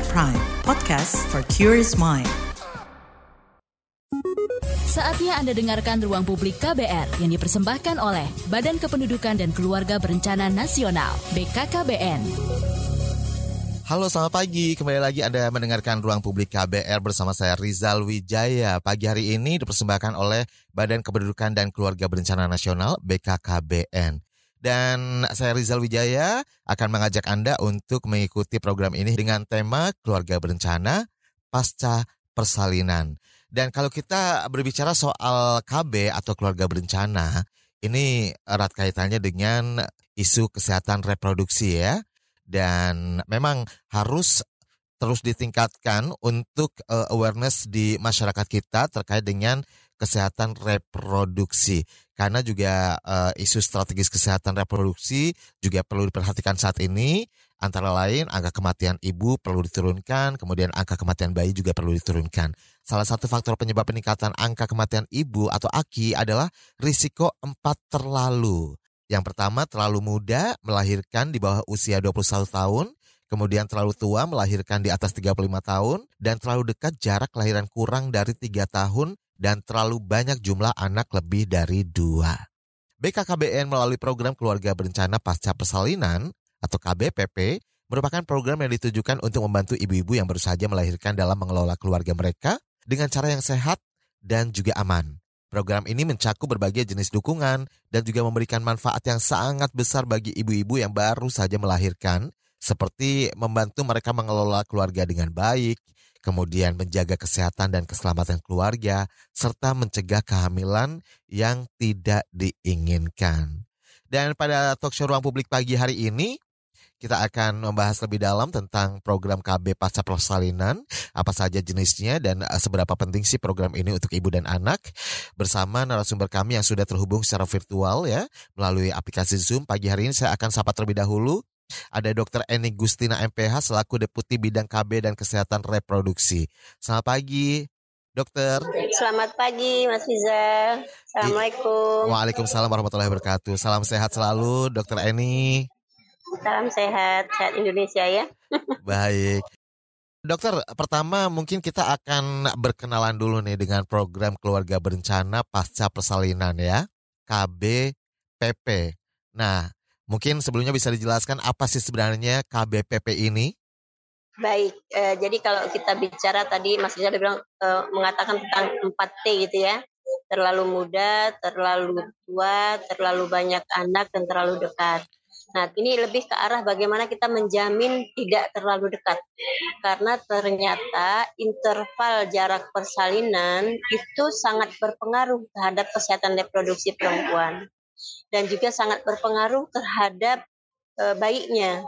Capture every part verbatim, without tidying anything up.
Prime, podcast for curious mind. Saatnya Anda dengarkan Ruang Publik K B R yang dipersembahkan oleh Badan Kependudukan dan Keluarga Berencana Nasional B K K B N. Halo, selamat pagi. Kembali lagi Anda mendengarkan Ruang Publik K B R bersama saya Rizal Wijaya. Pagi hari ini dipersembahkan oleh Badan Kependudukan dan Keluarga Berencana Nasional B K K B N. Dan saya Rizal Wijaya akan mengajak Anda untuk mengikuti program ini dengan tema Keluarga Berencana Pasca Persalinan. Dan kalau kita berbicara soal K B atau keluarga berencana, ini erat kaitannya dengan isu kesehatan reproduksi ya. Dan memang harus terus ditingkatkan untuk uh, awareness di masyarakat kita terkait dengan kesehatan reproduksi. Karena juga uh, isu strategis kesehatan reproduksi juga perlu diperhatikan saat ini. Antara lain angka kematian ibu perlu diturunkan, kemudian angka kematian bayi juga perlu diturunkan. Salah satu faktor penyebab peningkatan angka kematian ibu atau A K I adalah risiko empat terlalu. Yang pertama, terlalu muda melahirkan di bawah usia dua puluh satu tahun, kemudian terlalu tua melahirkan di atas tiga puluh lima tahun, dan terlalu dekat jarak kelahiran kurang dari tiga tahun, dan terlalu banyak jumlah anak lebih dari dua. B K K B N melalui program Keluarga Berencana Pasca Persalinan atau K B P P merupakan program yang ditujukan untuk membantu ibu-ibu yang baru saja melahirkan dalam mengelola keluarga mereka dengan cara yang sehat dan juga aman. Program ini mencakup berbagai jenis dukungan dan juga memberikan manfaat yang sangat besar bagi ibu-ibu yang baru saja melahirkan, seperti membantu mereka mengelola keluarga dengan baik, kemudian menjaga kesehatan dan keselamatan keluarga, serta mencegah kehamilan yang tidak diinginkan. Dan pada talk show Ruang Publik pagi hari ini, kita akan membahas lebih dalam tentang program K B Pasca Persalinan, apa saja jenisnya dan seberapa penting sih program ini untuk ibu dan anak. Bersama narasumber kami yang sudah terhubung secara virtual ya, melalui aplikasi Zoom. Pagi hari ini saya akan sapa terlebih dahulu. Ada Dokter Eni Gustina M P H selaku Deputi Bidang K B dan Kesehatan Reproduksi. Selamat pagi, Dokter. Selamat pagi, Mas Riza. Assalamualaikum. Waalaikumsalam warahmatullahi wabarakatuh. Salam sehat selalu, Dokter Eni. Salam sehat, sehat Indonesia ya. Baik. Dokter, pertama mungkin kita akan berkenalan dulu nih dengan program Keluarga Berencana Pasca Persalinan ya, K B P P. Nah, mungkin sebelumnya bisa dijelaskan apa sih sebenarnya K B P P ini? Baik, eh, jadi kalau kita bicara tadi Mas Rizal bilang eh, mengatakan tentang empat T gitu ya. Terlalu muda, terlalu tua, terlalu banyak anak, dan terlalu dekat. Nah, ini lebih ke arah bagaimana kita menjamin tidak terlalu dekat. Karena ternyata interval jarak persalinan itu sangat berpengaruh terhadap kesehatan reproduksi perempuan. Dan juga sangat berpengaruh terhadap e, bayinya.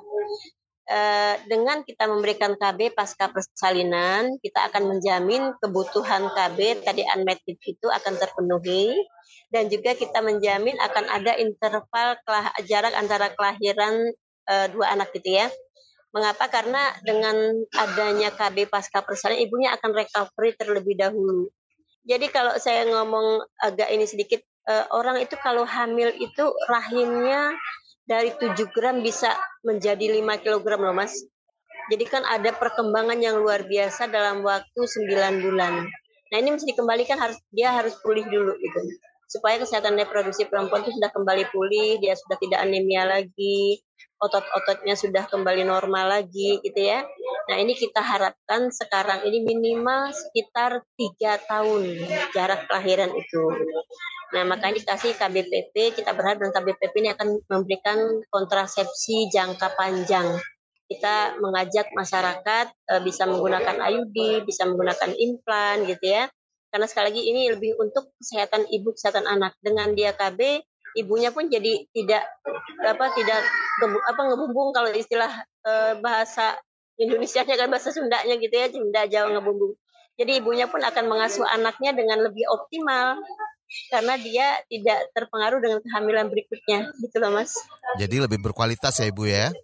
E, dengan kita memberikan K B pasca persalinan, kita akan menjamin kebutuhan K B, tadi unmet need itu akan terpenuhi. Dan juga kita menjamin akan ada interval kelah, jarak antara kelahiran e, dua anak gitu ya. Mengapa? Karena dengan adanya K B pasca persalinan, ibunya akan recovery terlebih dahulu. Jadi kalau saya ngomong agak ini sedikit, e, orang itu kalau hamil itu rahimnya dari tujuh gram bisa menjadi lima kilogram loh Mas. Jadi kan ada perkembangan yang luar biasa dalam waktu sembilan bulan. Nah ini mesti dikembalikan, harus dia harus pulih dulu gitu. Supaya kesehatan reproduksi perempuan itu sudah kembali pulih, dia sudah tidak anemia lagi, otot-ototnya sudah kembali normal lagi gitu ya. Nah ini kita harapkan sekarang ini minimal sekitar tiga tahun jarak kelahiran itu. Nah makanya dikasih K B P P, kita berharap dengan K B P P ini akan memberikan kontrasepsi jangka panjang. Kita mengajak masyarakat e, bisa menggunakan I U D, bisa menggunakan implan gitu ya. Karena sekali lagi ini lebih untuk kesehatan ibu, kesehatan anak. Dengan dia K B, ibunya pun jadi tidak apa tidak apa ngebumbung kalau istilah e, bahasa Indonesianya kan bahasa Sundanya gitu ya, Sunda Jawa ngebumbung. Jadi ibunya pun akan mengasuh anaknya dengan lebih optimal karena dia tidak terpengaruh dengan kehamilan berikutnya, gitu loh Mas. Jadi lebih berkualitas ya Ibu ya?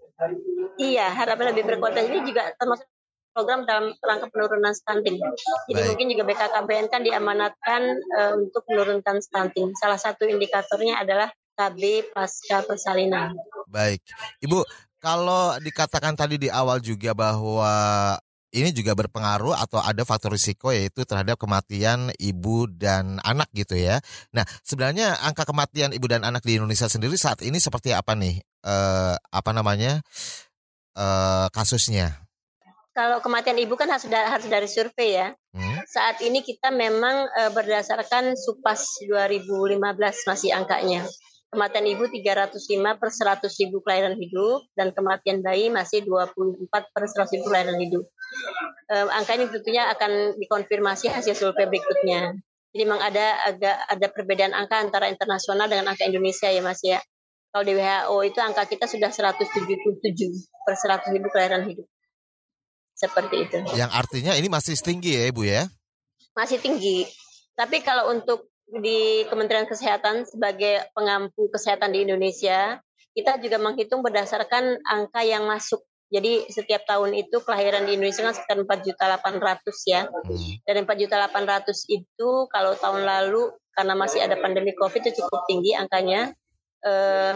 Iya, harapan lebih berkualitas. Ini juga termasuk program dalam rangka penurunan stunting. Jadi Baik. Mungkin juga B K K B N kan diamanatkan uh, untuk menurunkan stunting. Salah satu indikatornya adalah K B pasca persalinan. Baik, Ibu, kalau dikatakan tadi di awal juga bahwa ini juga berpengaruh atau ada faktor risiko yaitu terhadap kematian ibu dan anak gitu ya. Nah, sebenarnya angka kematian ibu dan anak di Indonesia sendiri saat ini seperti apa nih? Eh, apa namanya eh, kasusnya? Kalau kematian ibu kan harus dari, harus dari survei ya. Hmm. Saat ini kita memang e, berdasarkan Supas dua ribu lima belas masih angkanya. Kematian ibu tiga ratus lima per seratus ribu kelahiran hidup dan kematian bayi masih dua puluh empat per seratus ribu kelahiran hidup. E, angka ini tentunya akan dikonfirmasi hasil survei berikutnya. Jadi memang ada agak ada perbedaan angka antara internasional dengan angka Indonesia ya Mas ya. Kalau di W H O itu angka kita sudah seratus tujuh puluh tujuh per seratus ribu kelahiran hidup. Seperti itu. Yang artinya ini masih tinggi ya Ibu ya? Masih tinggi. Tapi kalau untuk di Kementerian Kesehatan sebagai pengampu kesehatan di Indonesia, kita juga menghitung berdasarkan angka yang masuk. Jadi setiap tahun itu kelahiran di Indonesia kan sekitar empat juta delapan ratus ya. Hmm. Dan empat juta delapan ratus itu kalau tahun lalu karena masih ada pandemi Covid itu cukup tinggi angkanya. Eh,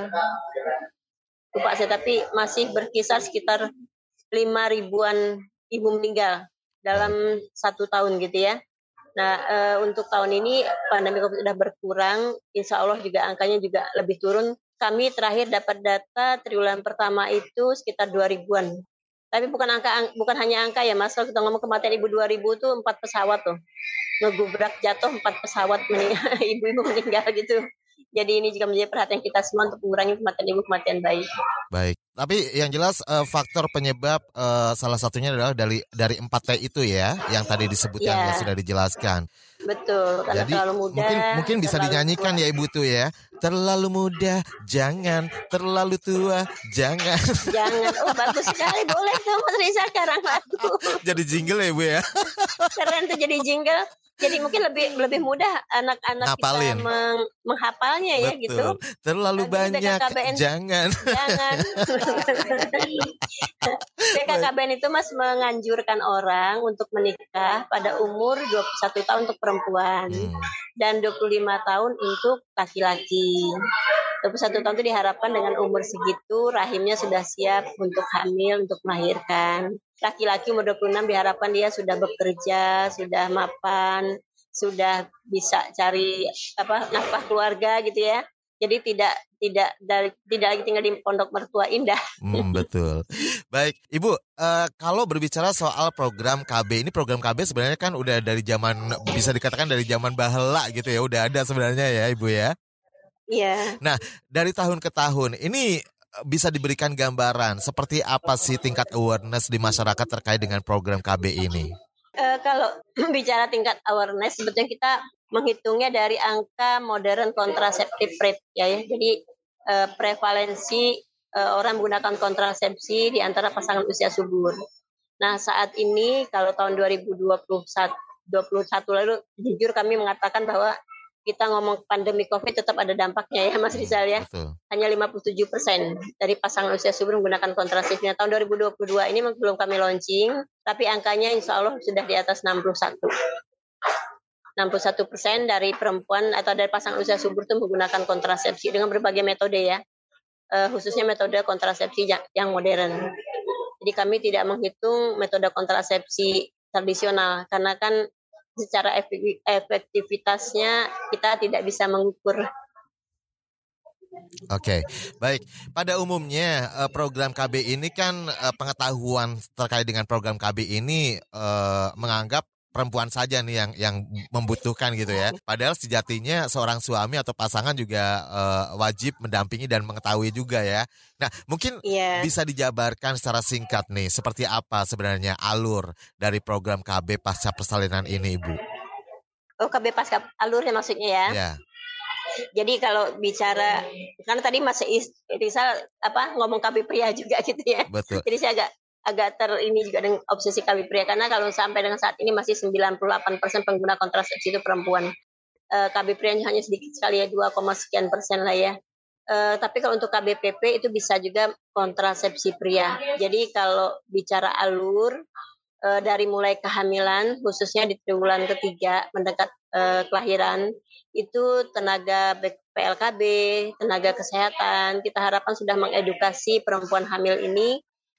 lupa saya, tapi masih berkisar sekitar lima ribuan ibu meninggal dalam satu tahun gitu ya. Nah, e, untuk tahun ini pandemi Covid sudah berkurang, insya Allah juga angkanya juga lebih turun. Kami terakhir dapat data triwulan pertama itu sekitar dua ribuan. Tapi bukan angka, bukan hanya angka ya Mas, kalau kita ngomong kematian ibu dua ribu itu empat pesawat tuh. Ngegubrak jatuh empat pesawat meninggal, ibu-ibu meninggal gitu. Jadi ini juga menjadi perhatian kita semua untuk mengurangi kematian ibu, kematian bayi. Baik, tapi yang jelas uh, faktor penyebab uh, salah satunya adalah dari dari empat T itu ya, yang tadi disebutkan ya, ya sudah dijelaskan. Betul, karena jadi terlalu muda. Mungkin mungkin bisa dinyanyikan tua. Ya Ibu tuh ya. Terlalu muda, jangan. Terlalu tua, jangan. Jangan. Oh bagus sekali, boleh tuh Mas Riza sekarang lagu. Jadi jingle ya Ibu ya. Keren tuh jadi jingle. Jadi mungkin lebih lebih mudah anak-anak Ngapalin. kita meng, menghafalnya ya. Betul. Gitu. Terlalu Lagu banyak, B K K B N. Jangan. Jangan. B K K B N itu Mas menganjurkan orang untuk menikah pada umur dua puluh satu tahun untuk perempuan hmm. dan dua puluh lima tahun untuk laki-laki. dua puluh satu tahun itu diharapkan dengan umur segitu rahimnya sudah siap untuk hamil, untuk melahirkan. Laki-laki umur dua puluh enam diharapkan dia sudah bekerja, sudah mapan, sudah bisa cari apa nafkah keluarga gitu ya. Jadi tidak tidak dari, tidak lagi tinggal di pondok mertua indah. Hmm, betul. Baik, Ibu, uh, kalau berbicara soal program K B, ini program K B sebenarnya kan udah dari zaman, bisa dikatakan dari zaman bahela gitu ya, udah ada sebenarnya ya Ibu ya. Iya. Nah, dari tahun ke tahun ini bisa diberikan gambaran seperti apa sih tingkat awareness di masyarakat terkait dengan program K B ini? Uh, kalau bicara tingkat awareness, sebetulnya kita menghitungnya dari angka modern contraceptive rate ya, ya. Jadi uh, prevalensi uh, orang menggunakan kontrasepsi di antara pasangan usia subur. Nah, saat ini kalau tahun dua ribu dua puluh satu lalu jujur kami mengatakan bahwa kita ngomong pandemi Covid tetap ada dampaknya ya Mas Rizal ya. Betul. Hanya lima puluh tujuh persen dari pasangan usia subur menggunakan kontrasepsi. Tahun dua ribu dua puluh dua ini belum kami launching, tapi angkanya insya Allah sudah di atas enam puluh satu. enam puluh satu persen dari perempuan atau dari pasangan usia subur itu menggunakan kontrasepsi dengan berbagai metode ya. Uh, khususnya metode kontrasepsi yang, yang modern. Jadi kami tidak menghitung metode kontrasepsi tradisional karena kan secara efektivitasnya kita tidak bisa mengukur. Oke, baik. Pada umumnya program K B ini kan pengetahuan terkait dengan program K B ini eh, menganggap perempuan saja nih yang yang membutuhkan gitu ya. Padahal sejatinya seorang suami atau pasangan juga uh, wajib mendampingi dan mengetahui juga ya. Nah, mungkin yeah. bisa dijabarkan secara singkat nih, seperti apa sebenarnya alur dari program K B pasca persalinan ini, Ibu? Oh, K B pasca alurnya maksudnya ya? Yeah. Jadi kalau bicara, karena tadi Mas Rizal apa ngomong K B pria juga gitu ya. Betul. Jadi saya agak agak ter ini juga dengan obsesi K B pria karena kalau sampai dengan saat ini masih sembilan puluh delapan persen pengguna kontrasepsi itu perempuan. E, K B pria hanya sedikit sekali ya dua, sekian persen lah ya. E, tapi kalau untuk K B P P itu bisa juga kontrasepsi pria. Jadi kalau bicara alur e, dari mulai kehamilan khususnya di triwulan ketiga mendekat e, kelahiran itu tenaga P L K B, tenaga kesehatan kita harapkan sudah mengedukasi perempuan hamil ini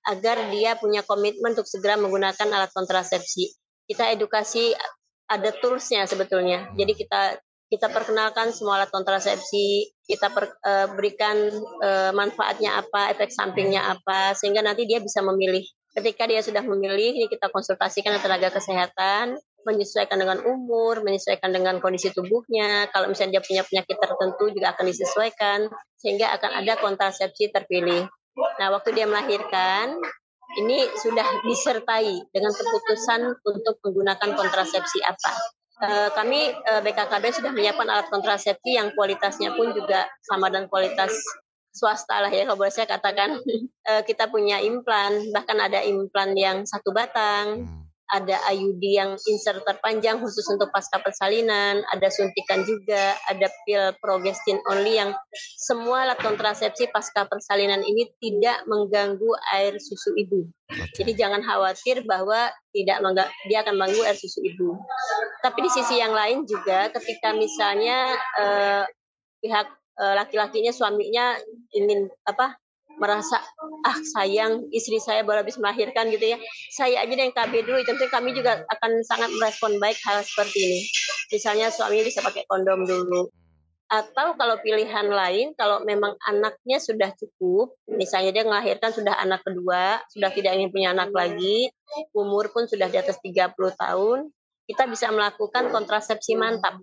agar dia punya komitmen untuk segera menggunakan alat kontrasepsi. Kita edukasi, ada toolsnya sebetulnya. Jadi kita kita perkenalkan semua alat kontrasepsi, kita per, uh, berikan uh, manfaatnya apa, efek sampingnya apa, sehingga nanti dia bisa memilih. Ketika dia sudah memilih, ini kita konsultasikan dengan tenaga kesehatan, menyesuaikan dengan umur, menyesuaikan dengan kondisi tubuhnya. Kalau misalnya dia punya penyakit tertentu juga akan disesuaikan, sehingga akan ada kontrasepsi terpilih. Nah, waktu dia melahirkan, ini sudah disertai dengan keputusan untuk menggunakan kontrasepsi apa. Uh, kami uh, B K K B sudah menyiapkan alat kontrasepsi yang kualitasnya pun juga sama dengan kualitas swasta lah ya, kalau boleh saya katakan. uh, kita punya implan, bahkan ada implan yang satu batang, ada I U D yang insert terpanjang khusus untuk pasca persalinan, ada suntikan juga, ada pil progestin only yang semua alat kontrasepsi pasca persalinan ini tidak mengganggu air susu ibu. Jadi jangan khawatir bahwa tidak mengga- dia akan mengganggu air susu ibu. Tapi di sisi yang lain juga ketika misalnya eh, pihak eh, laki-lakinya, suaminya ingin apa? merasa ah sayang istri saya baru habis melahirkan gitu ya, saya aja deh yang K B dulu. Tentu kami juga akan sangat merespon baik hal seperti ini. Misalnya suami bisa pakai kondom dulu. Atau kalau pilihan lain, kalau memang anaknya sudah cukup, misalnya dia melahirkan sudah anak kedua, sudah tidak ingin punya anak lagi, umur pun sudah di atas tiga puluh tahun, kita bisa melakukan kontrasepsi mantap.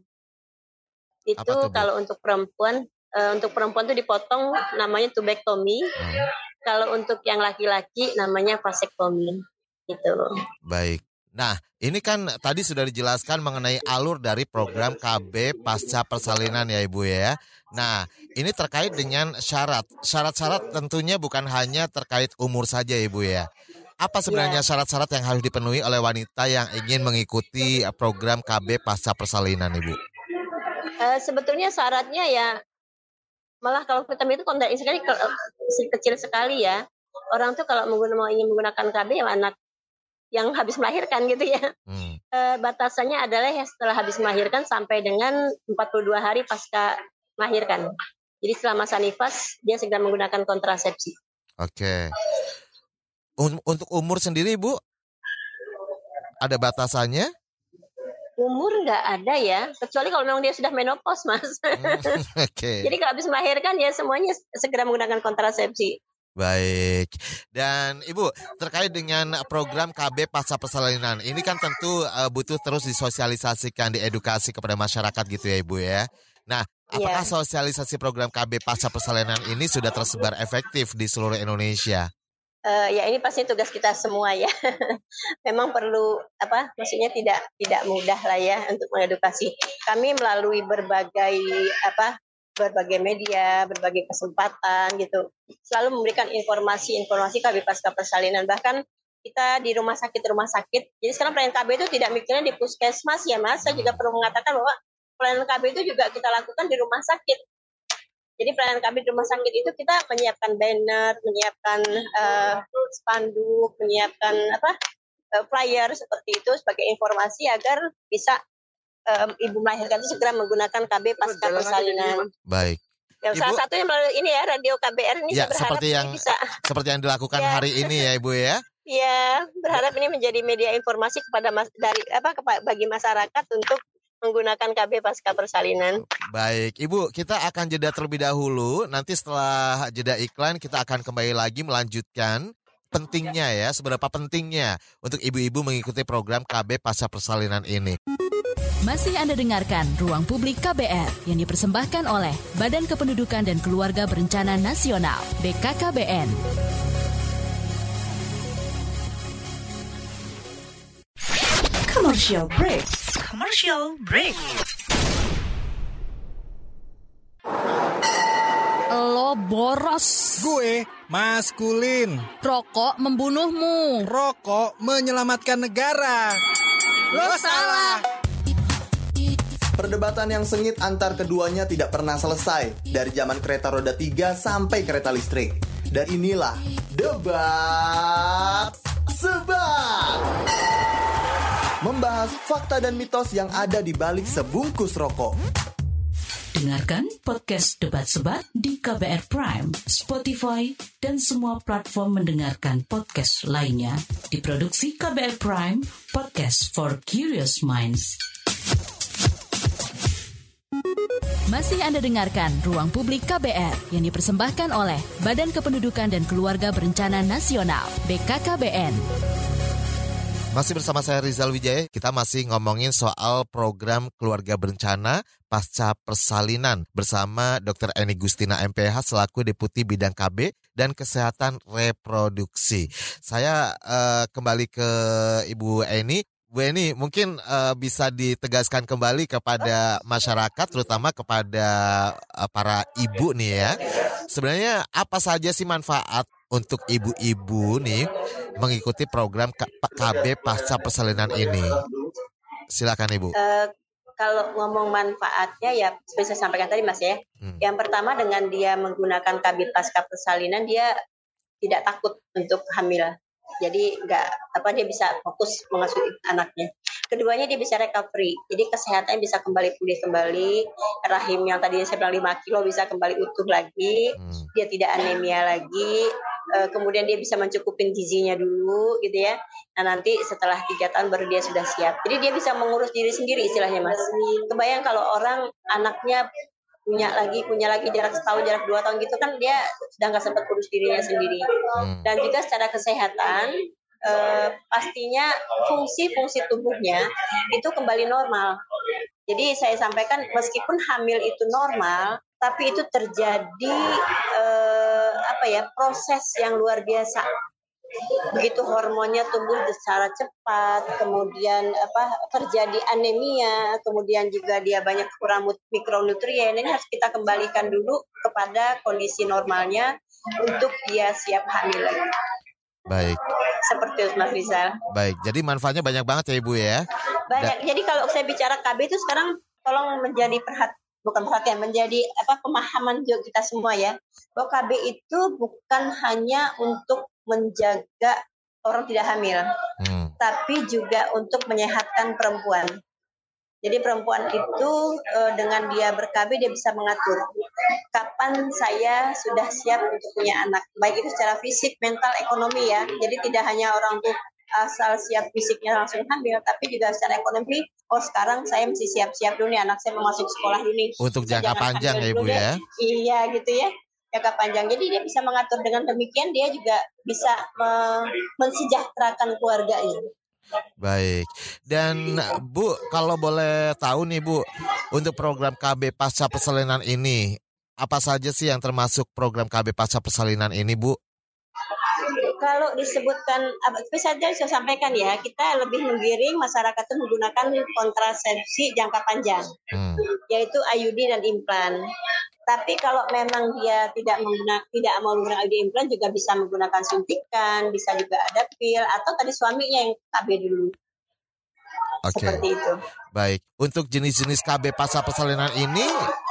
Itu kalau untuk perempuan. Uh, untuk perempuan itu dipotong namanya tubektomi. Hmm. Kalau untuk yang laki-laki namanya vasektomi. Gitu. Baik. Nah, ini kan tadi sudah dijelaskan mengenai alur dari program K B pasca persalinan ya Ibu ya. Nah, ini terkait dengan syarat. Syarat-syarat tentunya bukan hanya terkait umur saja Ibu ya. Apa sebenarnya ya. syarat-syarat yang harus dipenuhi oleh wanita yang ingin mengikuti program K B pasca persalinan Ibu? Uh, sebetulnya syaratnya ya, malah kalau kita itu kontak sekali kecil sekali ya. Orang tuh kalau mau ingin menggunakan K B ya anak yang habis melahirkan gitu ya. Hmm. E, batasannya adalah ya setelah habis melahirkan sampai dengan empat puluh dua hari pasca melahirkan. Jadi setelah masa nifas dia segera menggunakan kontrasepsi. Oke. Un- untuk umur sendiri Bu, ada batasannya? Umur nggak ada ya, kecuali kalau memang dia sudah menopause, Mas. Hmm, okay. Jadi kalau habis melahirkan ya semuanya segera menggunakan kontrasepsi. Baik. Dan Ibu, terkait dengan program K B pasca persalinan, ini kan tentu uh, butuh terus disosialisasikan, diedukasi kepada masyarakat gitu ya Ibu ya. Nah, apakah yeah. sosialisasi program K B pasca persalinan ini sudah tersebar efektif di seluruh Indonesia? Uh, ya ini pasti tugas kita semua ya. Memang perlu apa? Maksudnya tidak tidak mudah lah ya untuk mengedukasi. Kami melalui berbagai apa? berbagai media, berbagai kesempatan gitu. Selalu memberikan informasi-informasi K B pasca persalinan. Bahkan kita di rumah sakit-rumah sakit. Jadi sekarang pelayanan K B itu tidak mikirnya di puskesmas ya Mas. Saya juga perlu mengatakan bahwa pelayanan K B itu juga kita lakukan di rumah sakit. Jadi pelayanan K B di rumah sakit itu kita menyiapkan banner, menyiapkan uh, spanduk, menyiapkan apa uh, flyer seperti itu sebagai informasi agar bisa uh, ibu melahirkan itu segera menggunakan K B pasca persalinan. Baik. Yang Ibu, salah satunya melalui ini ya radio K B R ini ya, saya berharap seperti yang bisa seperti yang dilakukan ya. hari ini ya Ibu ya. Iya, berharap ini menjadi media informasi kepada mas, dari apa bagi masyarakat untuk menggunakan K B pasca persalinan. Baik, Ibu, kita akan jeda terlebih dahulu. Nanti setelah jeda iklan kita akan kembali lagi melanjutkan pentingnya ya, seberapa pentingnya untuk ibu-ibu mengikuti program K B pasca persalinan ini. Masih Anda dengarkan Ruang Publik K B R yang dipersembahkan oleh Badan Kependudukan dan Keluarga Berencana Nasional B K K B N. Commercial break. Commercial break. Lo boros. Gue maskulin. Rokok membunuhmu. Rokok menyelamatkan negara. Lo salah. Perdebatan yang sengit antar keduanya tidak pernah selesai dari zaman kereta roda tiga sampai kereta listrik. Dan inilah Debat Sebat. Membahas fakta dan mitos yang ada di balik sebungkus rokok. Dengarkan podcast Debat Sebat di K B R Prime, Spotify, dan semua platform mendengarkan podcast lainnya. Diproduksi K B R Prime, podcast for curious minds. Masih Anda dengarkan Ruang Publik K B R yang dipersembahkan oleh Badan Kependudukan dan Keluarga Berencana Nasional, B K K B N. Masih bersama saya Rizal Wijaya, kita masih ngomongin soal program keluarga berencana pasca persalinan bersama Dokter Eni Gustina M P H selaku Deputi Bidang K B dan Kesehatan Reproduksi. Saya uh, kembali ke Ibu Eni. Bu Eni, mungkin uh, bisa ditegaskan kembali kepada masyarakat, terutama kepada uh, para ibu nih ya. Sebenarnya apa saja sih manfaat untuk ibu-ibu nih mengikuti program K B pasca persalinan ini? Silakan Ibu. Uh, kalau ngomong manfaatnya ya seperti saya sampaikan tadi Mas ya. Hmm. Yang pertama dengan dia menggunakan K B pasca persalinan dia tidak takut untuk hamil. Jadi nggak apa dia bisa fokus mengasuh anaknya. Keduanya dia bisa recovery. Jadi kesehatannya bisa kembali pulih kembali. Rahim yang tadinya saya bilang lima kilo bisa kembali utuh lagi. Hmm. Dia tidak anemia lagi. E, kemudian dia bisa mencukupin gizinya dulu gitu ya. Nah nanti setelah tiga tahun baru dia sudah siap. Jadi dia bisa mengurus diri sendiri istilahnya Mas. Kebayang kalau orang anaknya punya lagi, punya lagi jarak setahun, jarak dua tahun gitu kan dia sudah nggak sempat urus dirinya sendiri. Hmm. Dan juga secara kesehatan eh, pastinya fungsi-fungsi tubuhnya itu kembali normal. Jadi saya sampaikan meskipun hamil itu normal, tapi itu terjadi eh, apa ya proses yang luar biasa. Begitu hormonnya tumbuh secara cepat, kemudian apa terjadi anemia, kemudian juga dia banyak kurang mikronutrien. Ini harus kita kembalikan dulu kepada kondisi normalnya untuk dia siap hamil lagi. Baik. Seperti itu Mas Rizal. Baik, jadi manfaatnya banyak banget ya Ibu ya. Banyak. Da- jadi kalau saya bicara K B itu sekarang tolong menjadi perhatian. Bukan perhatian, menjadi apa pemahaman juga kita semua ya, bahwa K B itu bukan hanya untuk menjaga orang tidak hamil, hmm. tapi juga untuk menyehatkan perempuan. Jadi perempuan itu eh, dengan dia ber-K B dia bisa mengatur kapan saya sudah siap untuk punya anak, baik itu secara fisik, mental, ekonomi ya. Jadi tidak hanya orang tuh asal siap fisiknya langsung hamil, tapi juga secara ekonomi, oh sekarang saya mesti siap-siap dulu nih, anak saya mau masuk sekolah dulu nih. Untuk jangka panjang ya Ibu ya? Iya gitu ya, jangka panjang. Jadi dia bisa mengatur dengan demikian, dia juga bisa me- mensejahterakan keluarganya. Baik, dan Bu, kalau boleh tahu nih Bu, untuk program K B pasca persalinan ini, apa saja sih yang termasuk program K B pasca persalinan ini Bu? Kalau disebutkan, seperti saja saya sampaikan ya, kita lebih menggiring masyarakat itu menggunakan kontrasepsi jangka panjang, hmm. yaitu I U D dan implan. Tapi kalau memang dia tidak menggunakan, tidak mau menggunakan I U D implan, juga bisa menggunakan suntikan, bisa juga ada pil, atau tadi suaminya yang K B dulu. Oke. Seperti itu. Baik, untuk jenis-jenis K B pasca persalinan ini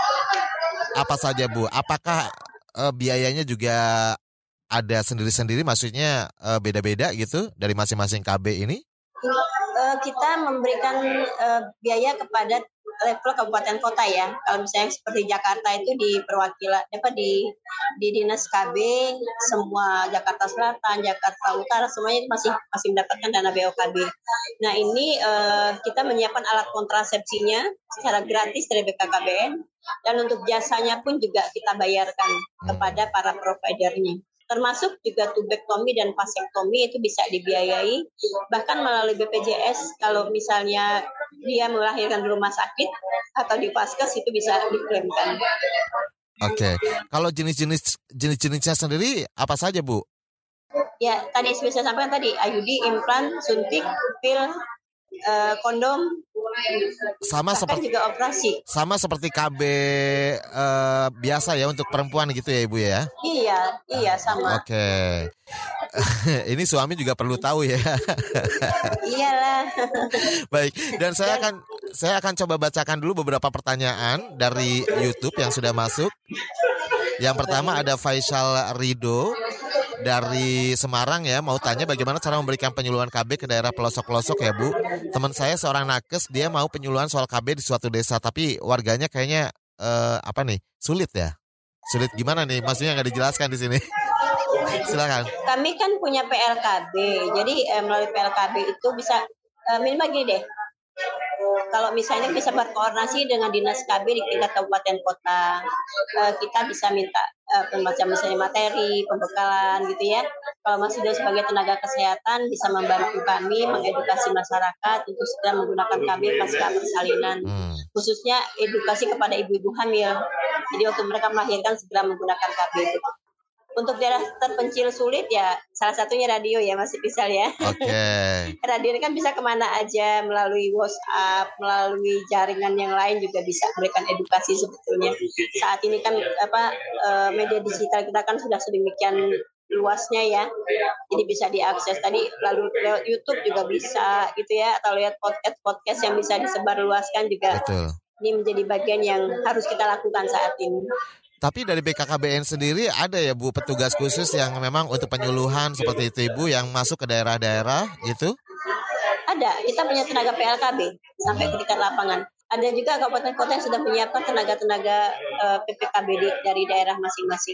apa saja Bu? Apakah uh, biayanya juga ada sendiri-sendiri, maksudnya uh, beda-beda gitu dari masing-masing K B ini? Uh, kita memberikan uh, biaya kepada level kabupaten kota ya. Kalau misalnya seperti Jakarta itu di perwakilan apa di di dinas K B semua Jakarta Selatan, Jakarta Utara semuanya masih masih mendapatkan dana B O K B. Nah ini uh, kita menyiapkan alat kontrasepsinya secara gratis dari B K K B N dan untuk jasanya pun juga kita bayarkan hmm. kepada para providernya. Termasuk juga tubektomi dan vasektomi itu bisa dibiayai, bahkan melalui B P J S kalau misalnya dia melahirkan di rumah sakit atau di Vaskes itu bisa diklaimkan. Oke, kalau jenis-jenis jenis-jenisnya sendiri apa saja Bu? Ya tadi saya sampaikan tadi I U D, implan, suntik, pil, uh, kondom. Sama seperti juga operasi. Sama seperti K B uh, biasa ya untuk perempuan gitu ya Ibu ya? Iya, iya sama. Oke. Okay. Ini suami juga perlu tahu ya. Iyalah. Baik, dan saya akan saya akan coba bacakan dulu beberapa pertanyaan dari YouTube yang sudah masuk. Yang pertama ada Faisal Rido dari Semarang ya, mau tanya bagaimana cara memberikan penyuluhan K B ke daerah pelosok-pelosok ya Bu. Teman saya seorang nakes, dia mau penyuluhan soal K B di suatu desa, tapi warganya kayaknya uh, apa nih? Sulit ya? Sulit gimana nih? Maksudnya nggak dijelaskan di sini. Silakan. Kami kan punya P L K B, jadi eh, melalui P L K B itu bisa eh, minimal gini deh. Kalau misalnya bisa berkoordinasi dengan dinas K B di tingkat kabupaten kota, eh, kita bisa minta eh, pembacaan misalnya materi, pembekalan gitu ya. Kalau masih dia sebagai tenaga kesehatan bisa membantu kami mengedukasi masyarakat untuk segera menggunakan K B pasca persalinan, Hmm. khususnya edukasi kepada ibu-ibu hamil. Jadi waktu mereka melahirkan segera menggunakan K B itu. Untuk daerah terpencil sulit ya salah satunya radio ya Mas Rizal ya. Oke. Radio ini kan bisa kemana aja, melalui WhatsApp, melalui jaringan yang lain juga bisa memberikan edukasi sebetulnya. Saat ini kan apa eh, media digital kita kan sudah sedemikian luasnya ya, jadi bisa diakses tadi lalu lewat YouTube juga bisa gitu ya, atau lewat podcast-podcast yang bisa disebarluaskan juga. Betul. Ini menjadi bagian yang harus kita lakukan saat ini. Tapi dari B K K B N sendiri ada ya Bu petugas khusus yang memang untuk penyuluhan seperti itu Ibu yang masuk ke daerah-daerah gitu? Ada, kita punya tenaga P L K B sampai ke tingkat lapangan. Ada juga kabupaten kota yang sudah menyiapkan tenaga-tenaga uh, P P K B D dari daerah masing-masing.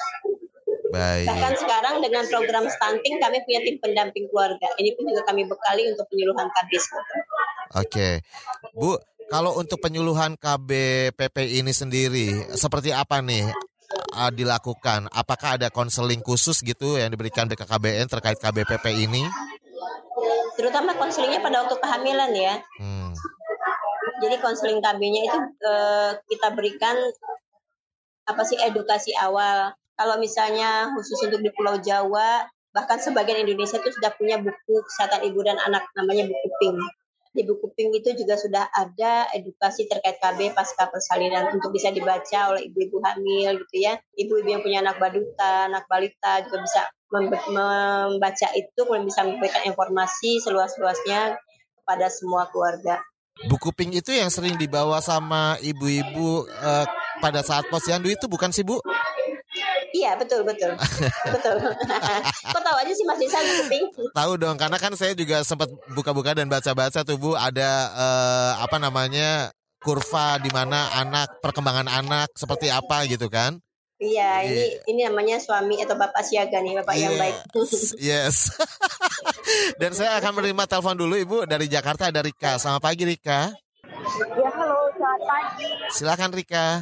Baik. Bahkan sekarang dengan program stunting kami punya tim pendamping keluarga. Ini pun juga kami bekali untuk penyuluhan K B. Oke. Bu, kalau untuk penyuluhan K B P P ini sendiri seperti apa nih uh, dilakukan? Apakah ada konseling khusus gitu yang diberikan B K K B N terkait K B P P ini? Terutama konselingnya pada waktu kehamilan ya. Hmm. Jadi konseling K B-nya itu eh, kita berikan apa sih edukasi awal. Kalau misalnya khusus untuk di Pulau Jawa, bahkan sebagian Indonesia itu sudah punya buku kesehatan ibu dan anak namanya buku Pink. Di buku Pink itu juga sudah ada edukasi terkait K B pasca persalinan untuk bisa dibaca oleh ibu-ibu hamil gitu ya. Ibu-ibu yang punya anak baduta, anak balita juga bisa membaca itu, kemudian bisa memberikan informasi seluas-luasnya kepada semua keluarga. Buku Pink itu yang sering dibawa sama ibu-ibu uh, pada saat posyandu itu bukan sih Bu? Iya betul betul betul. Kok tahu aja sih Mas Rizal buku Pink? Tahu dong, karena kan saya juga sempat buka-buka dan baca-baca tuh Bu, ada uh, apa namanya kurva di mana anak perkembangan anak seperti apa gitu kan? Iya, ini ini namanya suami atau bapak siaga nih, bapak yang baik. Yes. Dan saya akan menerima telepon dulu Ibu dari Jakarta, ada Rika. Selamat pagi Rika. Ya halo, selamat pagi. Silakan Rika.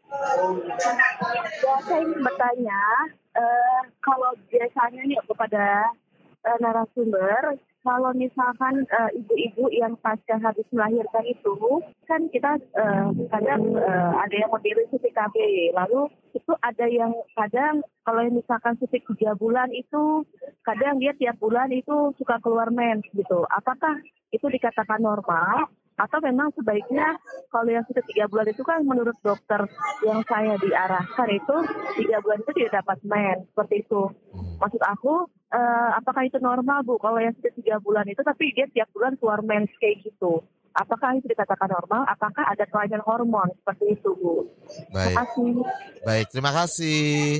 Ya saya ingin bertanya, eh, kalau biasanya nih kepada eh, narasumber, kalau misalkan uh, ibu-ibu yang pasca habis melahirkan itu, kan kita uh, kadang uh, ada yang memilih suntik K B, lalu itu ada yang kadang kalau misalkan suntik tiga bulan itu, kadang dia tiap bulan itu suka keluar mens gitu. Apakah itu dikatakan normal? Atau memang sebaiknya kalau yang sudah tiga bulan itu kan menurut dokter yang saya diarahkan itu tiga bulan itu tidak dapat mens, seperti itu. Maksud aku, uh, apakah itu normal Bu? Kalau yang sudah tiga bulan itu tapi dia tiap bulan keluar mens kayak gitu. Apakah itu dikatakan normal? Apakah ada kelainan hormon seperti itu Bu? Baik. Terima kasih. Baik, terima kasih.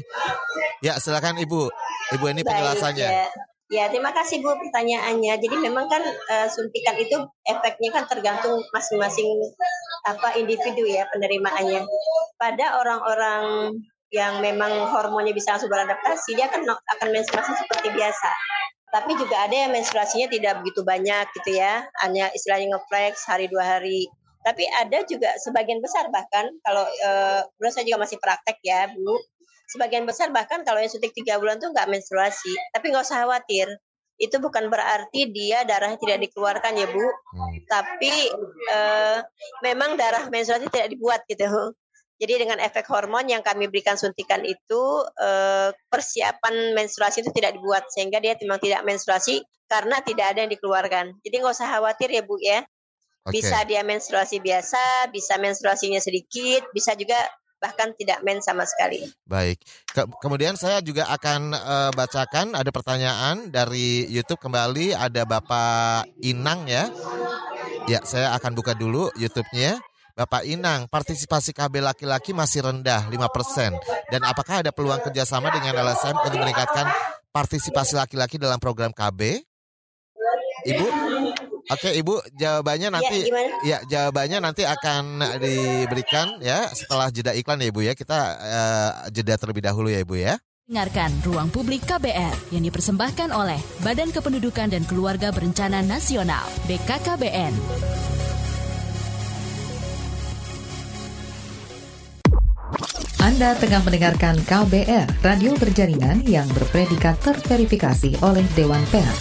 Ya silakan Ibu. Ibu ini penjelasannya. Baik, ya. Ya, terima kasih Bu pertanyaannya. Jadi memang kan uh, suntikan itu efeknya kan tergantung masing-masing apa individu ya penerimaannya. Pada orang-orang yang memang hormonnya bisa langsung beradaptasi, dia akan akan menstruasi seperti biasa. Tapi juga ada yang menstruasinya tidak begitu banyak gitu ya, hanya istilahnya ngeflex hari dua hari. Tapi ada juga sebagian besar bahkan kalau uh, bro saya juga masih praktek ya Bu. Sebagian besar bahkan kalau yang suntik tiga bulan tuh nggak menstruasi, tapi nggak usah khawatir. Itu bukan berarti dia darahnya tidak dikeluarkan ya Bu, hmm. tapi eh, memang darah menstruasi tidak dibuat gitu. Jadi dengan efek hormon yang kami berikan suntikan itu eh, persiapan menstruasi itu tidak dibuat sehingga dia memang tidak menstruasi karena tidak ada yang dikeluarkan. Jadi nggak usah khawatir ya Bu ya. Okay. Bisa dia menstruasi biasa, bisa menstruasinya sedikit, bisa juga bahkan tidak mens sama sekali. Baik. Ke- kemudian saya juga akan uh, bacakan ada pertanyaan dari YouTube kembali, ada Bapak Inang ya. Ya, saya akan buka dulu YouTube-nya. Bapak Inang, partisipasi K B laki-laki masih rendah lima persen. Dan apakah ada peluang kerjasama dengan L S M untuk meningkatkan partisipasi laki-laki dalam program K B? Ibu? Oke, Ibu, jawabannya nanti Ya, gimana? ya jawabannya nanti akan diberikan ya setelah jeda iklan ya Ibu ya. Kita eh, jeda terlebih dahulu ya Ibu ya. Dengarkan Ruang Publik K B R yang dipersembahkan oleh Badan Kependudukan dan Keluarga Berencana Nasional B K K B N. Anda tengah mendengarkan K B R, radio berjaringan yang berpredikat terverifikasi oleh Dewan Pers.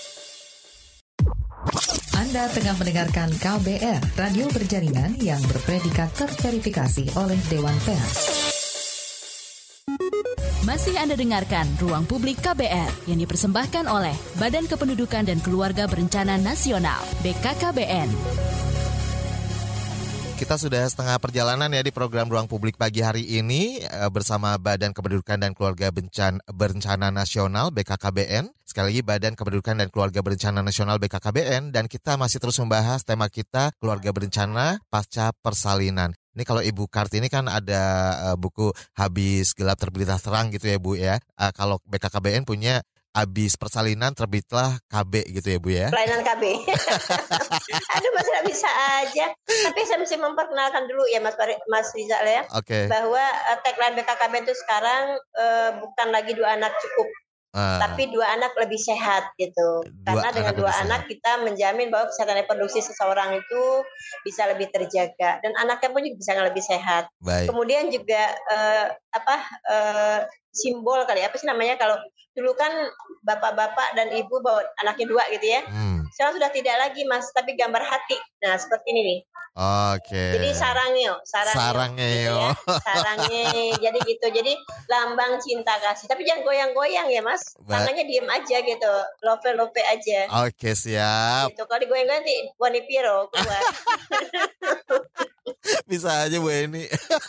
Anda tengah mendengarkan K B R, radio berjaringan yang berpredikat terverifikasi oleh Dewan Pers. Masih Anda dengarkan Ruang Publik K B R yang dipersembahkan oleh Badan Kependudukan dan Keluarga Berencana Nasional B K K B N. Kita sudah setengah perjalanan ya di program Ruang Publik pagi hari ini eh, bersama Badan Kependudukan dan Keluarga Bencana, Berencana Nasional B K K B N. Sekali lagi Badan Kependudukan dan Keluarga Berencana Nasional B K K B N, dan kita masih terus membahas tema kita keluarga berencana pasca persalinan. Ini kalau Ibu Kartini kan ada uh, buku Habis Gelap Terbitlah Terang gitu ya Bu ya. Uh, kalau B K K B N punya Habis Persalinan Terbitlah K B gitu ya Bu ya. Pelayanan K B. Aduh Mas nggak bisa aja. Tapi saya mesti memperkenalkan dulu ya Mas Pari, Mas Rizal ya. Oke. Okay. Bahwa uh, tagline B K K B N itu sekarang uh, bukan lagi dua anak cukup. Uh, tapi dua anak lebih sehat gitu. Karena dengan dua anak sehat, kita menjamin bahwa kesehatan reproduksi seseorang itu bisa lebih terjaga dan anaknya pun juga bisa lebih sehat. Baik. Kemudian juga uh, apa uh, simbol kali apa sih namanya, kalau dulu kan bapak-bapak dan ibu bawa anaknya dua gitu ya. Hmm. Sekarang sudah tidak lagi Mas, tapi gambar hati. Nah seperti ini nih. Oke. Okay. Jadi sarangnya, sarangnya, sarangnya, gitu ya. sarangnya. Jadi gitu. Jadi lambang cinta kasih. Tapi jangan goyang-goyang ya Mas. Tangannya diem aja gitu, lope-lope aja. Oke okay, siap. Gitu. Kalau digoyang-goyang nanti Wani Piro keluar. Bisa aja Bu Eni.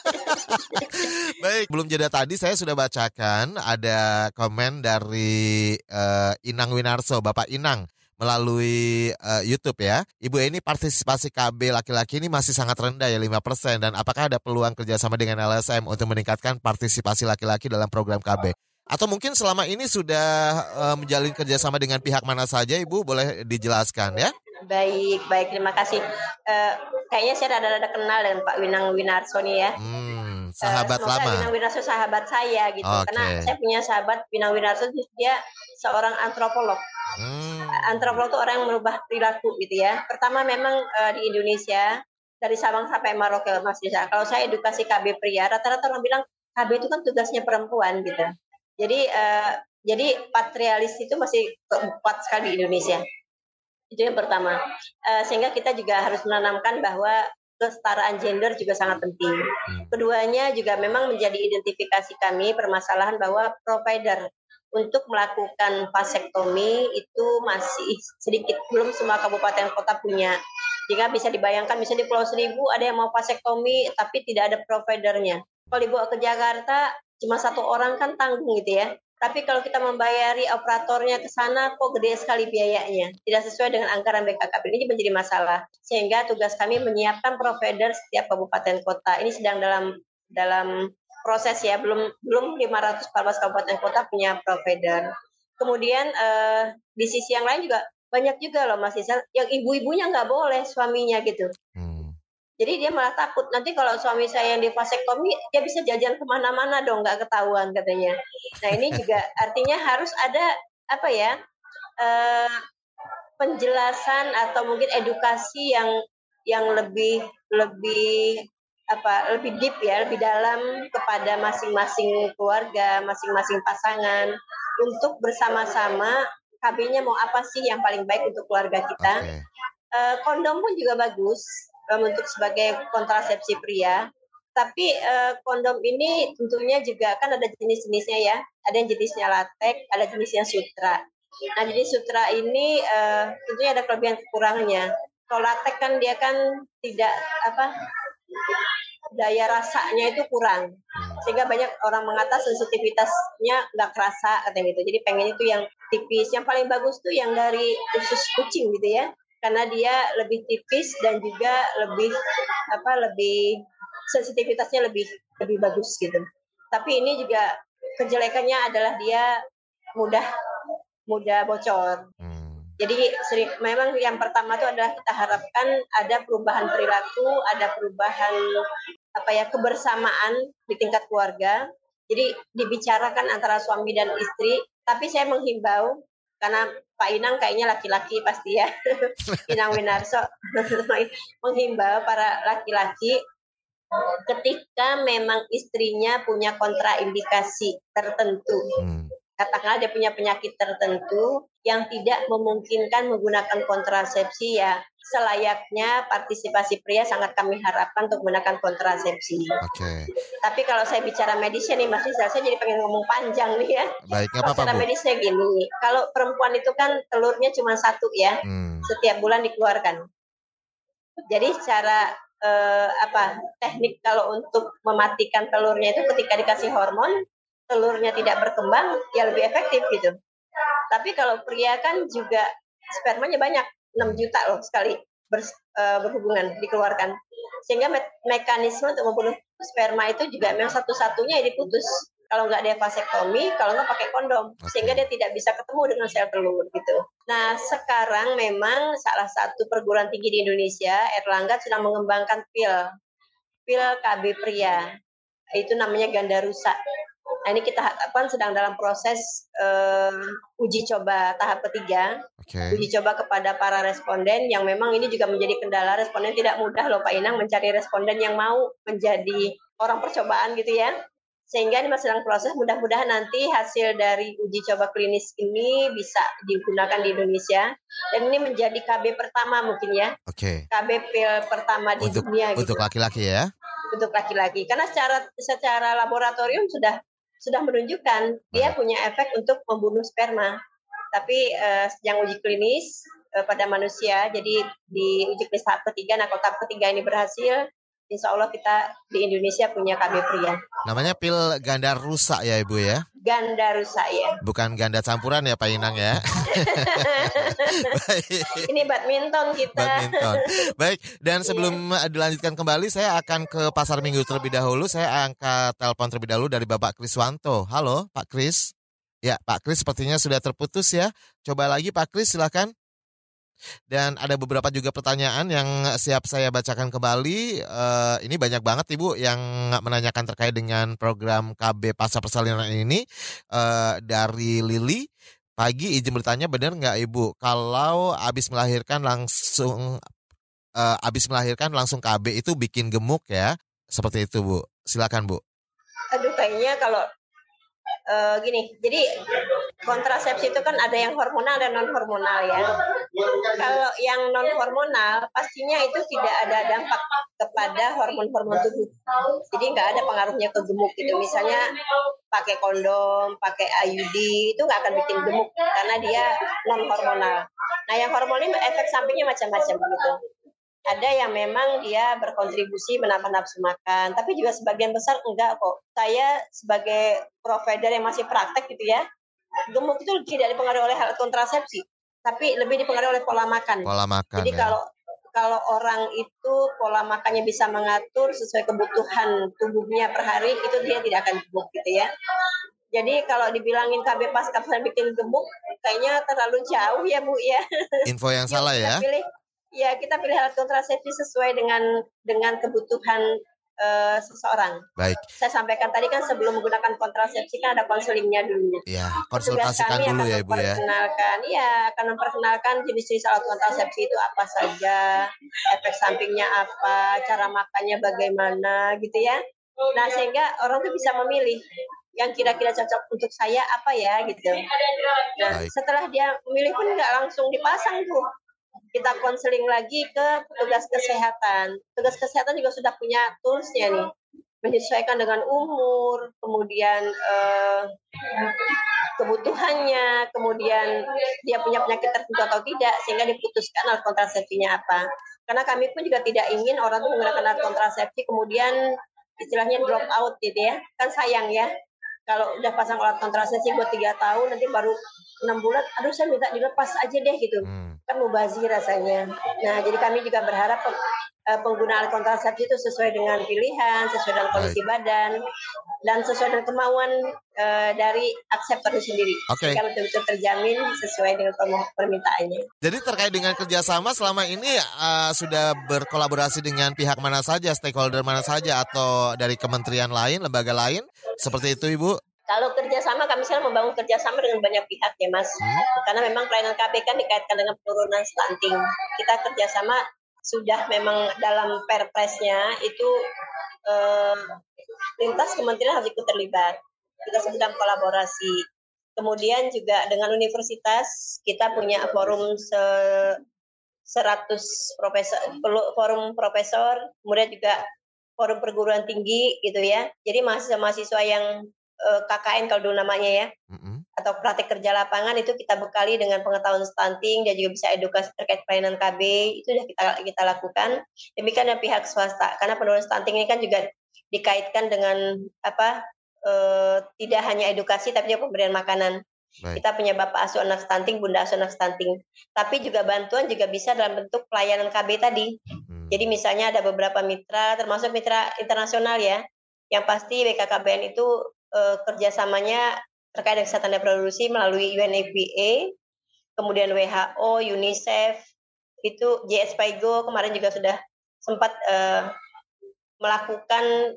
Baik, belum jeda tadi saya sudah bacakan ada komen dari uh, Inang Winarso, Bapak Inang, melalui uh, YouTube ya. Ibu Eni, partisipasi K B laki-laki ini masih sangat rendah ya, lima persen. Dan apakah ada peluang kerjasama dengan L S M untuk meningkatkan partisipasi laki-laki dalam program K B? Atau mungkin selama ini sudah uh, menjalin kerjasama dengan pihak mana saja Ibu? Boleh dijelaskan ya? Baik, baik, terima kasih. Uh, kayaknya saya rada-rada kenal dengan Pak Winang Winarso nih ya. Hmm, sahabat uh, lama. Winang Winarso sahabat saya gitu. Okay. Karena saya punya sahabat Winang Winarso, dia seorang antropolog. Hmm. Antropolog itu orang yang merubah perilaku gitu ya. Pertama memang uh, di Indonesia dari Sabang sampai Merauke Mas Desa. Kalau saya edukasi K B pria, rata-rata orang bilang K B itu kan tugasnya perempuan gitu. Jadi uh, jadi patrialis itu masih kuat sekali di Indonesia. Itu yang pertama. Uh, sehingga kita juga harus menanamkan bahwa kesetaraan gender juga sangat penting. Keduanya juga memang menjadi identifikasi kami permasalahan bahwa provider untuk melakukan vasektomi itu masih sedikit, belum semua kabupaten kota punya. Jika bisa dibayangkan misalnya di Pulau Seribu ada yang mau vasektomi tapi tidak ada providernya. Kalau dibawa ke Jakarta cuma satu orang kan tanggung gitu ya. Tapi kalau kita membayari operatornya ke sana, kok gede sekali biayanya. Tidak sesuai dengan anggaran B K K B N. Ini menjadi masalah. Sehingga tugas kami menyiapkan provider setiap kabupaten kota. Ini sedang dalam dalam proses ya. Belum belum lima ratus empat belas kabupaten kota punya provider. Kemudian eh, di sisi yang lain juga banyak juga loh Mas Isan, yang ibu-ibunya nggak boleh suaminya gitu. Hmm. Jadi dia malah takut, nanti kalau suami saya yang divasektomi, dia bisa jajan kemana-mana dong, nggak ketahuan katanya. Nah ini juga artinya harus ada apa ya eh, penjelasan atau mungkin edukasi yang yang lebih lebih apa lebih deep ya, lebih dalam kepada masing-masing keluarga, masing-masing pasangan untuk bersama-sama K B-nya mau apa sih yang paling baik untuk keluarga kita. Okay. Eh, kondom pun juga bagus untuk sebagai kontrasepsi pria, tapi uh, kondom ini tentunya juga kan ada jenis-jenisnya ya, ada yang jenisnya latex, ada jenisnya sutra. Nah jenis sutra ini uh, tentunya ada kelebihan kekurangannya. Kalau latex kan dia kan tidak apa daya rasanya itu kurang, sehingga banyak orang mengatakan sensitivitasnya nggak kerasa katanya gitu. Jadi pengen itu yang tipis, yang paling bagus tuh yang dari usus kucing gitu ya. Karena dia lebih tipis dan juga lebih apa lebih sensitivitasnya lebih lebih bagus gitu. Tapi ini juga kejelekannya adalah dia mudah mudah bocor. Hmm. Jadi seri, memang yang pertama itu adalah kita harapkan ada perubahan perilaku, ada perubahan apa ya kebersamaan di tingkat keluarga. Jadi dibicarakan antara suami dan istri. Tapi saya menghimbau karena Pak Inang kayaknya laki-laki pasti ya, Inang Winarso menghimbau para laki-laki ketika memang istrinya punya kontraindikasi tertentu. Hmm. Katakanlah dia punya penyakit tertentu yang tidak memungkinkan menggunakan kontrasepsi, ya selayaknya partisipasi pria sangat kami harapkan untuk menggunakan kontrasepsi. Oke. Okay. Tapi kalau saya bicara medisnya nih Mas Rizal, saya jadi pengen ngomong panjang nih ya. Baik, nggak apa-apa, secara Bu. medisnya gini, kalau perempuan itu kan telurnya cuma satu ya, hmm. setiap bulan dikeluarkan. Jadi secara eh, apa teknik kalau untuk mematikan telurnya itu ketika dikasih hormon, telurnya tidak berkembang, ya lebih efektif gitu. Tapi kalau pria kan juga spermanya banyak, enam juta loh sekali ber, uh, berhubungan dikeluarkan. Sehingga me- mekanisme untuk membunuh sperma itu juga memang satu-satunya ya diputus. Kalau nggak ada vasektomi, kalau nggak pakai kondom. Sehingga dia tidak bisa ketemu dengan sel telur gitu. Nah sekarang memang salah satu perguruan tinggi di Indonesia, Erlangga sedang mengembangkan pil, pil K B pria. Itu namanya ganda rusa. Nah ini kita harapkan sedang dalam proses uh, uji coba tahap ketiga, okay. uji coba kepada para responden yang memang ini juga menjadi kendala. Responden tidak mudah loh Pak Inang mencari responden yang mau menjadi orang percobaan gitu ya. Sehingga ini masih dalam proses, mudah-mudahan nanti hasil dari uji coba klinis ini bisa digunakan di Indonesia. Dan ini menjadi K B pertama mungkin ya, okay. K B pil pertama di untuk, dunia. Untuk gitu. Laki-laki ya? Untuk laki-laki, karena secara secara laboratorium sudah sudah menunjukkan dia punya efek untuk membunuh sperma. Tapi uh, yang uji klinis uh, pada manusia, jadi di uji klinis tahap ketiga, nah kalau tahap ketiga ini berhasil, insya Allah kita di Indonesia punya K B pria. Namanya pil ganda rusa ya Ibu ya? Ganda rusa ya. Bukan ganda campuran ya Pak Inang ya? Ini badminton kita. Badminton. Baik, dan sebelum dilanjutkan kembali, saya akan ke pasar minggu terlebih dahulu. Saya angkat telepon terlebih dahulu dari Bapak Kriswanto. Halo Pak Kris. Ya Pak Kris sepertinya sudah terputus ya. Coba lagi Pak Kris silakan. Dan ada beberapa juga pertanyaan yang siap saya bacakan kembali. Uh, ini banyak banget Ibu yang menanyakan terkait dengan program K B pasca persalinan ini. Uh, dari Lili, pagi izin bertanya, benar nggak Ibu kalau habis melahirkan langsung uh, habis melahirkan langsung K B itu bikin gemuk ya? Seperti itu Bu. Silakan Bu. Aduh kayaknya kalau Uh, gini, jadi kontrasepsi itu kan ada yang hormonal dan non hormonal ya. Kalau yang non hormonal pastinya itu tidak ada dampak kepada hormon-hormon tubuh. Jadi nggak ada pengaruhnya ke gemuk gitu. Misalnya pakai kondom, pakai I U D itu nggak akan bikin gemuk karena dia non hormonal. Nah yang hormonal ini efek sampingnya macam-macam gitu. Ada yang memang dia berkontribusi menambah nafsu makan, tapi juga sebagian besar enggak kok. Saya sebagai provider yang masih praktek gitu ya, gemuk itu tidak dipengaruhi oleh hal kontrasepsi, tapi lebih dipengaruhi oleh pola makan. Pola makan. Jadi ya. kalau kalau orang itu pola makannya bisa mengatur sesuai kebutuhan tubuhnya per hari, itu dia tidak akan gemuk gitu ya. Jadi kalau dibilangin K B pasca bikin gemuk, kayaknya terlalu jauh ya Bu ya. Info yang salah ya. Pilih, ya kita pilih alat kontrasepsi sesuai dengan dengan kebutuhan uh, seseorang. Baik. Saya sampaikan tadi kan sebelum menggunakan kontrasepsi kan ada konselingnya dulu. Iya, konsultasikan dulu ya Ibu ya. Iya, akan memperkenalkan jenis-jenis alat kontrasepsi itu apa saja, efek sampingnya apa, cara makannya bagaimana gitu ya. Nah sehingga orang tuh bisa memilih yang kira-kira cocok untuk saya apa ya gitu. Nah Baik. Setelah dia memilih pun nggak langsung dipasang tuh. Kita konseling lagi ke petugas kesehatan. Petugas kesehatan juga sudah punya tools-nya nih. Menyesuaikan dengan umur, kemudian eh, kebutuhannya, kemudian dia punya penyakit tertentu atau tidak, sehingga diputuskan alat kontrasepsinya apa. Karena kami pun juga tidak ingin orang itu menggunakan alat kontrasepsi, kemudian istilahnya drop out gitu ya. Kan sayang ya. Kalau udah pasang alat kontrasepsi buat tiga tahun, nanti baru enam bulan, aduh saya minta dilepas aja deh gitu. Hmm. Kan mubazir rasanya. Nah, jadi kami juga berharap uh, penggunaan kontrasepsi itu sesuai dengan pilihan, sesuai dengan kondisi Baik. badan, dan sesuai dengan kemauan uh, dari akseptor itu sendiri. Oke. Sehingga betul-betul terjamin sesuai dengan permo- permintaannya. Jadi terkait dengan kerjasama selama ini uh, sudah berkolaborasi dengan pihak mana saja, stakeholder mana saja, atau dari kementerian lain, lembaga lain, seperti itu Ibu? Kalau kerjasama, kami sekarang membangun kerjasama dengan banyak pihak ya Mas. Hmm. Karena memang pelayanan K B kan dikaitkan dengan penurunan stunting. Kita kerjasama sudah memang dalam perpresnya itu eh, lintas kementerian harus ikut terlibat. Kita sedang kolaborasi. Kemudian juga dengan universitas kita punya forum se seratus profesor, forum profesor, kemudian juga forum perguruan tinggi gitu ya. Jadi mahasiswa-mahasiswa yang uh, K K N kalau dulu namanya ya, Mm-hmm. atau praktek kerja lapangan itu kita bekali dengan pengetahuan stunting dan juga bisa edukasi terkait pelayanan K B, itu sudah kita kita lakukan. Demikian dengan pihak swasta, karena penurunan stunting ini kan juga dikaitkan dengan apa? Uh, tidak hanya edukasi tapi juga pemberian makanan. Baik. Kita punya bapak asuh anak stunting, bunda asuh anak stunting. Tapi juga bantuan juga bisa dalam bentuk pelayanan K B tadi. Hmm. Jadi misalnya ada beberapa mitra, termasuk mitra internasional ya, yang pasti B K K B N itu eh, kerjasamanya terkait dengan kesehatan reproduksi melalui U N F P A, kemudian W H O, UNICEF, itu J S P I G O kemarin juga sudah sempat eh, melakukan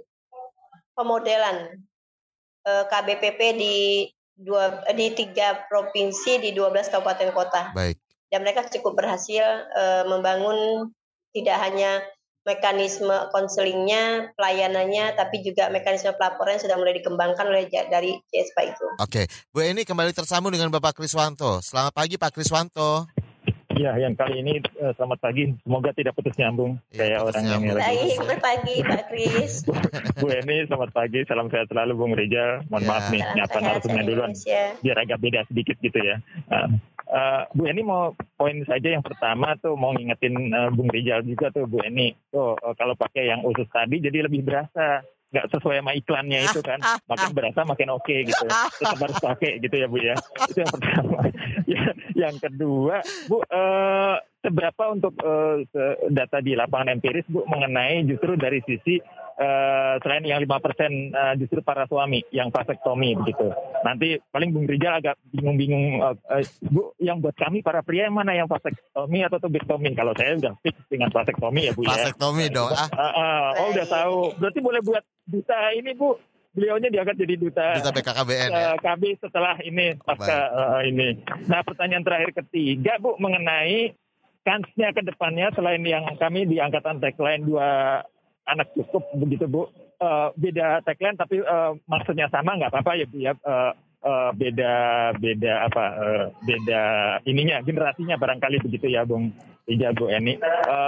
pemodelan eh, K B P P di dua di tiga provinsi di dua belas kabupaten kota. Baik. Dan mereka cukup berhasil uh, membangun tidak hanya mekanisme konselingnya, pelayanannya, tapi juga mekanisme pelaporan sudah mulai dikembangkan oleh dari J S P I G O. Oke, Bu Eni kembali tersambung dengan Bapak Kriswanto. Selamat pagi Pak Kriswanto. Ya, yang kali ini uh, selamat pagi. Semoga tidak putus nyambung Ya, kayak putus orang yang nyambung. lagi. Baik, selamat pagi Pak Kris. Bu Eni, selamat pagi. Salam sehat selalu, Bung Rijal. Mohon Ya. maaf nih, Salam nyapa sehat, narasumnya salam duluan. Indonesia. Biar agak beda sedikit gitu ya. Uh, uh, Bu Eni mau poin saja yang pertama tuh mau ngingetin uh, Bung Rijal juga tuh Bu Eni. Tuh uh, kalau pakai yang usus tadi jadi lebih berasa. Nggak sesuai sama iklannya itu kan, makin berasa makin oke okay, gitu, tetap harus pakai gitu ya Bu ya. Itu yang pertama. Ya, yang kedua Bu, uh, seberapa untuk uh, data di lapangan empiris Bu mengenai justru dari sisi uh, selain yang lima persen uh, justru para suami yang vasektomi begitu. Nanti paling Bung Rijal agak bingung-bingung uh, uh, Bu, yang buat kami para pria yang mana yang vasektomi atau tubektomi? Kalau saya udah fix dengan vasektomi ya Bu ya. Vasektomi dong. Ah. Uh, uh, oh udah tahu. Berarti boleh buat duta ini Bu. Beliaunya diangkat jadi duta, Duta B K K B N uh, ya. K B setelah ini pasca uh, ini. Nah pertanyaan terakhir ketiga Bu mengenai kansnya ke depannya selain yang kami di angkatan tagline dua anak cukup begitu Bu. Uh, beda tagline tapi uh, maksudnya sama nggak apa-apa ya Bu ya. Uh, uh, beda beda apa uh, beda ininya generasinya barangkali begitu ya Bung Rijal Bu Eni.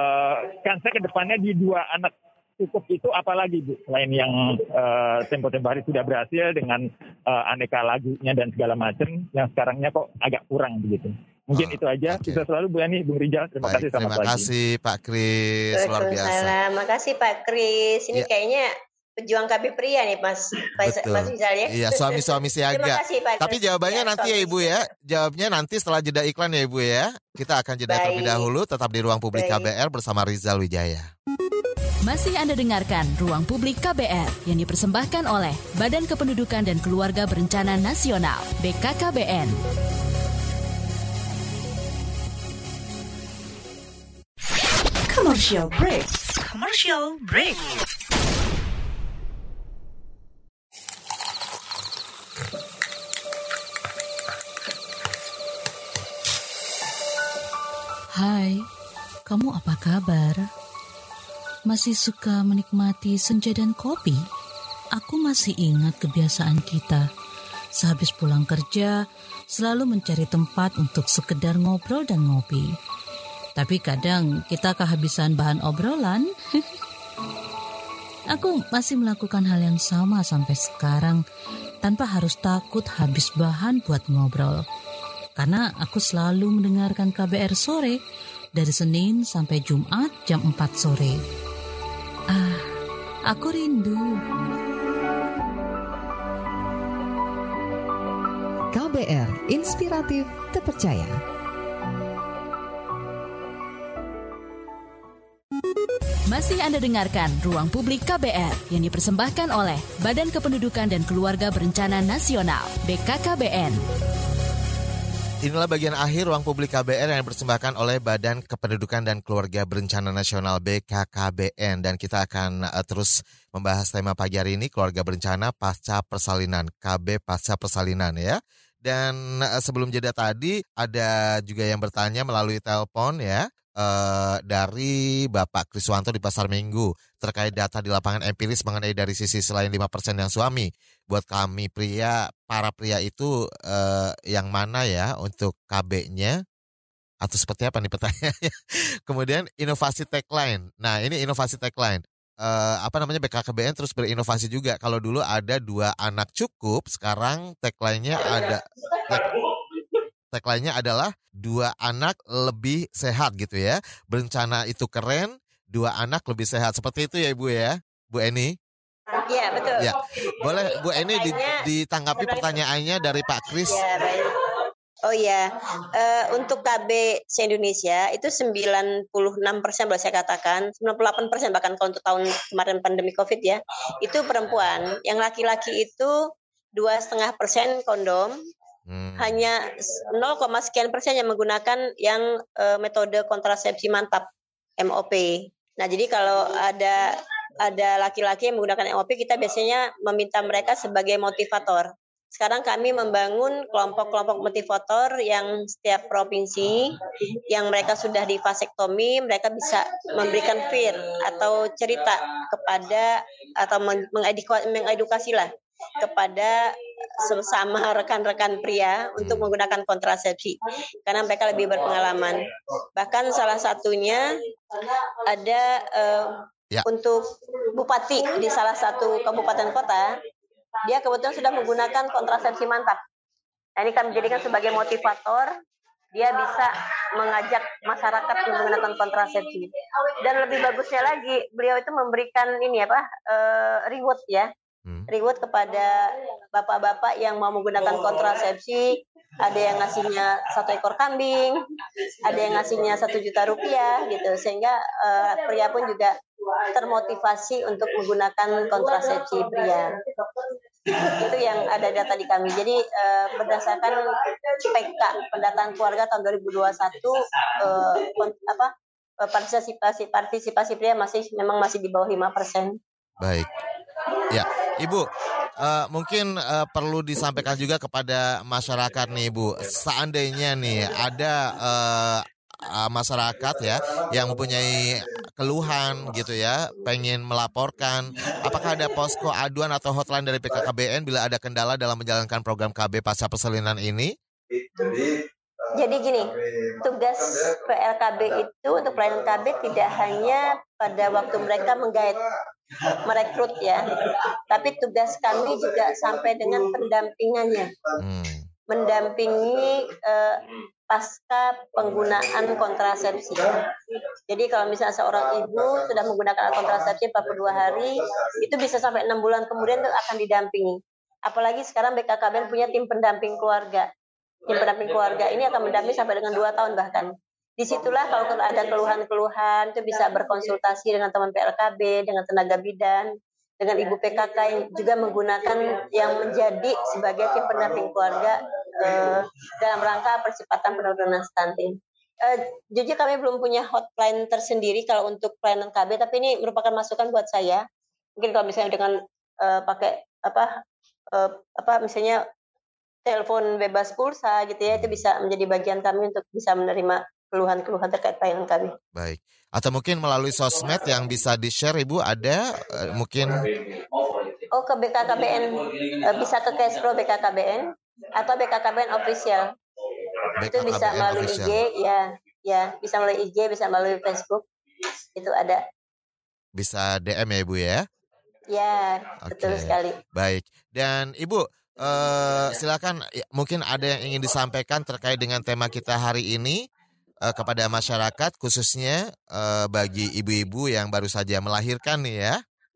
Uh, kansnya ke depannya di dua anak cukup itu apalagi Bu selain yang uh, tempo-tempo hari sudah berhasil dengan uh, aneka lagunya dan segala macam yang sekarangnya kok agak kurang begitu. Mungkin Oh, itu aja. okay. Kita selalu Bu Eni, Bung Rijal. Terima Baik, kasih selamat terima pagi. kasih Pak Kris, luar biasa. Waalaikumsalam. Makasih Pak Kris. Ini Ya. kayaknya pejuang K B pria nih Mas Mas, Betul. Mas Rizal ya. Iya, suami-suami Terima siaga. kasih Pak Tapi Kris. jawabannya Ya, nanti ya suami Ibu ya. Jawabnya nanti setelah jeda iklan ya Ibu ya. Kita akan jeda terlebih Baik. dahulu. Tetap di Ruang Publik Baik. K B R bersama Rizal Wijaya. Masih Anda dengarkan Ruang Publik K B R yang dipersembahkan oleh Badan Kependudukan dan Keluarga Berencana Nasional B K K B N. Commercial break. Commercial break. Hai, kamu apa kabar? Masih suka menikmati senja dan kopi? Aku masih ingat kebiasaan kita. Sehabis pulang kerja, selalu mencari tempat untuk sekedar ngobrol dan ngopi. Tapi kadang kita kehabisan bahan obrolan. Aku masih melakukan hal yang sama sampai sekarang, tanpa harus takut habis bahan buat ngobrol. Karena aku selalu mendengarkan K B R sore, dari Senin sampai Jumat jam empat sore. Ah, aku rindu. K B R Inspiratif Terpercaya. Masih Anda dengarkan Ruang Publik K B R yang dipersembahkan oleh Badan Kependudukan dan Keluarga Berencana Nasional B K K B N. Inilah bagian akhir Ruang Publik K B R yang dipersembahkan oleh Badan Kependudukan dan Keluarga Berencana Nasional B K K B N. Dan kita akan uh, terus membahas tema pagi hari ini, keluarga berencana pasca persalinan, K B pasca persalinan ya. Dan uh, sebelum jeda tadi ada juga yang bertanya melalui telepon ya. Uh, dari Bapak Kriswanto di Pasar Minggu terkait data di lapangan empiris mengenai dari sisi selain lima persen yang suami. Buat kami pria, para pria itu uh, yang mana ya untuk K B-nya? Atau seperti apa nih pertanyaannya? Kemudian inovasi tagline. Nah ini inovasi tagline. Uh, apa namanya B K K B N terus berinovasi juga. Kalau dulu ada dua anak cukup, sekarang tagline-nya ada... Tag, tagline-nya adalah dua anak lebih sehat gitu ya. Berencana itu keren, dua anak lebih sehat. Seperti itu ya Ibu ya, Bu Eni? Iya betul. Ya. Boleh Bu Eni ditanggapi pertanyaannya dari Pak Kris? Ya, baik. Oh ya, uh, untuk K B se-Indonesia itu sembilan puluh enam persen boleh saya katakan, sembilan puluh delapan persen bahkan kalau untuk tahun kemarin pandemi Covid ya, itu perempuan. Yang laki-laki itu dua koma lima persen kondom, Hmm. hanya nol, sekian persen yang menggunakan yang uh, metode kontrasepsi mantap M O P. Nah, jadi kalau ada ada laki-laki yang menggunakan M O P, kita biasanya meminta mereka sebagai motivator. Sekarang kami membangun kelompok-kelompok motivator yang setiap provinsi yang mereka sudah di vasektomi, mereka bisa memberikan fear atau cerita kepada atau mengedukasi lah kepada sesama rekan-rekan pria untuk menggunakan kontrasepsi karena mereka lebih berpengalaman. Bahkan salah satunya ada uh, ya. Untuk bupati di salah satu kabupaten kota, dia kebetulan sudah menggunakan kontrasepsi mantap. Nah, ini kami jadikan sebagai motivator, dia bisa mengajak masyarakat menggunakan kontrasepsi. Dan lebih bagusnya lagi, beliau itu memberikan ini apa uh, reward ya. Reward kepada bapak-bapak yang mau menggunakan kontrasepsi. Ada yang ngasihnya satu ekor kambing, ada yang ngasihnya satu juta rupiah gitu, sehingga uh, pria pun juga termotivasi untuk menggunakan kontrasepsi pria. Itu yang ada data di kami. Jadi uh, berdasarkan P K pendataan keluarga tahun dua ribu dua puluh satu uh, apa partisipasi partisipasi pria masih memang masih di bawah lima persen. Baik. Ya, Ibu, uh, mungkin uh, perlu disampaikan juga kepada masyarakat nih, Ibu. Seandainya nih ada uh, uh, masyarakat ya yang mempunyai keluhan gitu ya, pengen melaporkan, apakah ada posko aduan atau hotline dari B K K B N bila ada kendala dalam menjalankan program K B pasca persalinan ini? Jadi gini, tugas P L K B itu untuk pelayanan K B tidak hanya pada waktu mereka menggait, merekrut ya, tapi tugas kami juga sampai dengan pendampingannya, hmm. mendampingi eh, pasca penggunaan kontrasepsi. Jadi kalau misalnya seorang ibu sudah menggunakan kontrasepsi empat puluh dua hari, itu bisa sampai enam bulan kemudian itu akan didampingi. Apalagi sekarang B K K B N punya tim pendamping keluarga. Tim pendamping keluarga ini akan mendampingi sampai dengan dua tahun bahkan. Disitulah kalau ada keluhan-keluhan itu bisa berkonsultasi dengan teman P L K B, dengan tenaga bidan, dengan ibu P K K yang juga menggunakan yang menjadi sebagai tim pendamping keluarga eh, dalam rangka percepatan penurunan stunting. Eh, jujur kami belum punya hotline tersendiri kalau untuk pelayanan K B, tapi ini merupakan masukan buat saya. Mungkin kalau misalnya dengan eh, pakai apa eh, apa misalnya telepon bebas pulsa gitu ya, itu bisa menjadi bagian kami untuk bisa menerima keluhan-keluhan terkait pelayanan kami. Baik. Atau mungkin melalui sosmed yang bisa di-share, Ibu, ada uh, mungkin? Oh, ke B K K B N, uh, bisa ke Cashflow B K K B N atau B K K B N Official. B K K B N itu bisa melalui official. I G, ya, ya, bisa melalui I G, bisa melalui Facebook. Itu ada. Bisa D M ya, Ibu ya? Ya, okay. Betul sekali. Baik. Dan Ibu, uh, silakan mungkin ada yang ingin disampaikan terkait dengan tema kita hari ini. Uh, kepada masyarakat khususnya uh, bagi ibu-ibu yang baru saja melahirkan nih ya.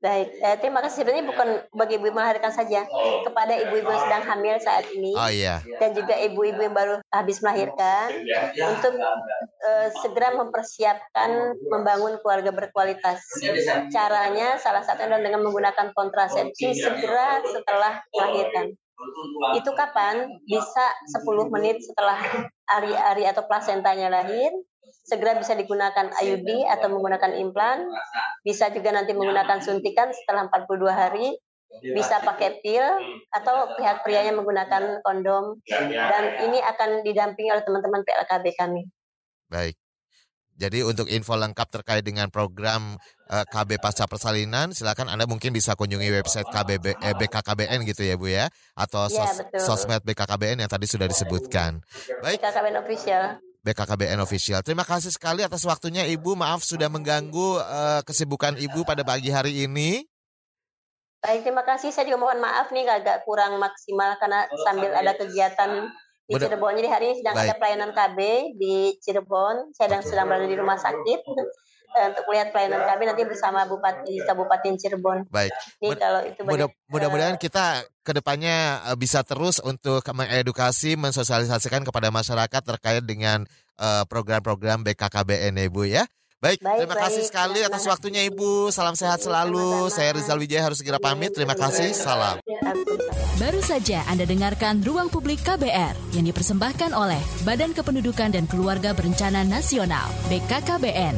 Baik, eh, terima kasih. Sebenarnya bukan bagi ibu melahirkan saja, kepada ibu-ibu yang sedang hamil saat ini, Oh iya. dan juga ibu-ibu yang baru habis melahirkan, untuk eh, segera mempersiapkan membangun keluarga berkualitas. Caranya salah satunya adalah dengan menggunakan kontrasepsi segera setelah melahirkan. Itu kapan? Bisa sepuluh menit setelah ari-ari atau plasentanya lahir. Segera bisa digunakan I U D atau menggunakan implan, bisa juga nanti menggunakan suntikan setelah empat puluh dua hari, bisa pakai pil atau pihak prianya menggunakan kondom, dan ini akan didampingi oleh teman-teman P L K B kami. Baik. Jadi untuk info lengkap terkait dengan program uh, K B Pasca Persalinan, silakan Anda mungkin bisa kunjungi website K B B, eh, B K K B N gitu ya Bu ya, atau sos, Ya, betul. sosmed B K K B N yang tadi sudah disebutkan. Baik. B K K B N Official. B K K B N Official. Terima kasih sekali atas waktunya Ibu. Maaf sudah mengganggu uh, kesibukan Ibu pada pagi hari ini. Baik, terima kasih. Saya juga mohon maaf nih agak kurang maksimal karena sambil ada kegiatan di Mudah- Cirebon. Jadi hari ini sedang Baik. ada pelayanan K B di Cirebon. Saya sedang, sedang berada di rumah sakit eh, untuk melihat pelayanan K B nanti bersama Bupati Kabupaten Cirebon. Baik. Ini kalau itu Mudah, banyak, mudah-mudahan eh, kita kedepannya uh, bisa terus untuk mengedukasi, mensosialisasikan kepada masyarakat terkait dengan uh, program-program B K K B N ya Ibu ya. Baik, Baik, terima kasih baik. sekali Terima atas kasih. waktunya Ibu. Salam sehat selalu. Sama-sama. Saya Rizal Wijaya harus segera pamit. Terima kasih. Salam. Baru saja Anda dengarkan Ruang Publik K B R yang dipersembahkan oleh Badan Kependudukan dan Keluarga Berencana Nasional B K K B N.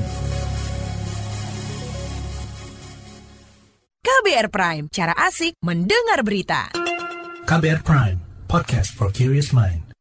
K B R Prime, cara asik mendengar berita. K B R Prime, podcast for curious mind.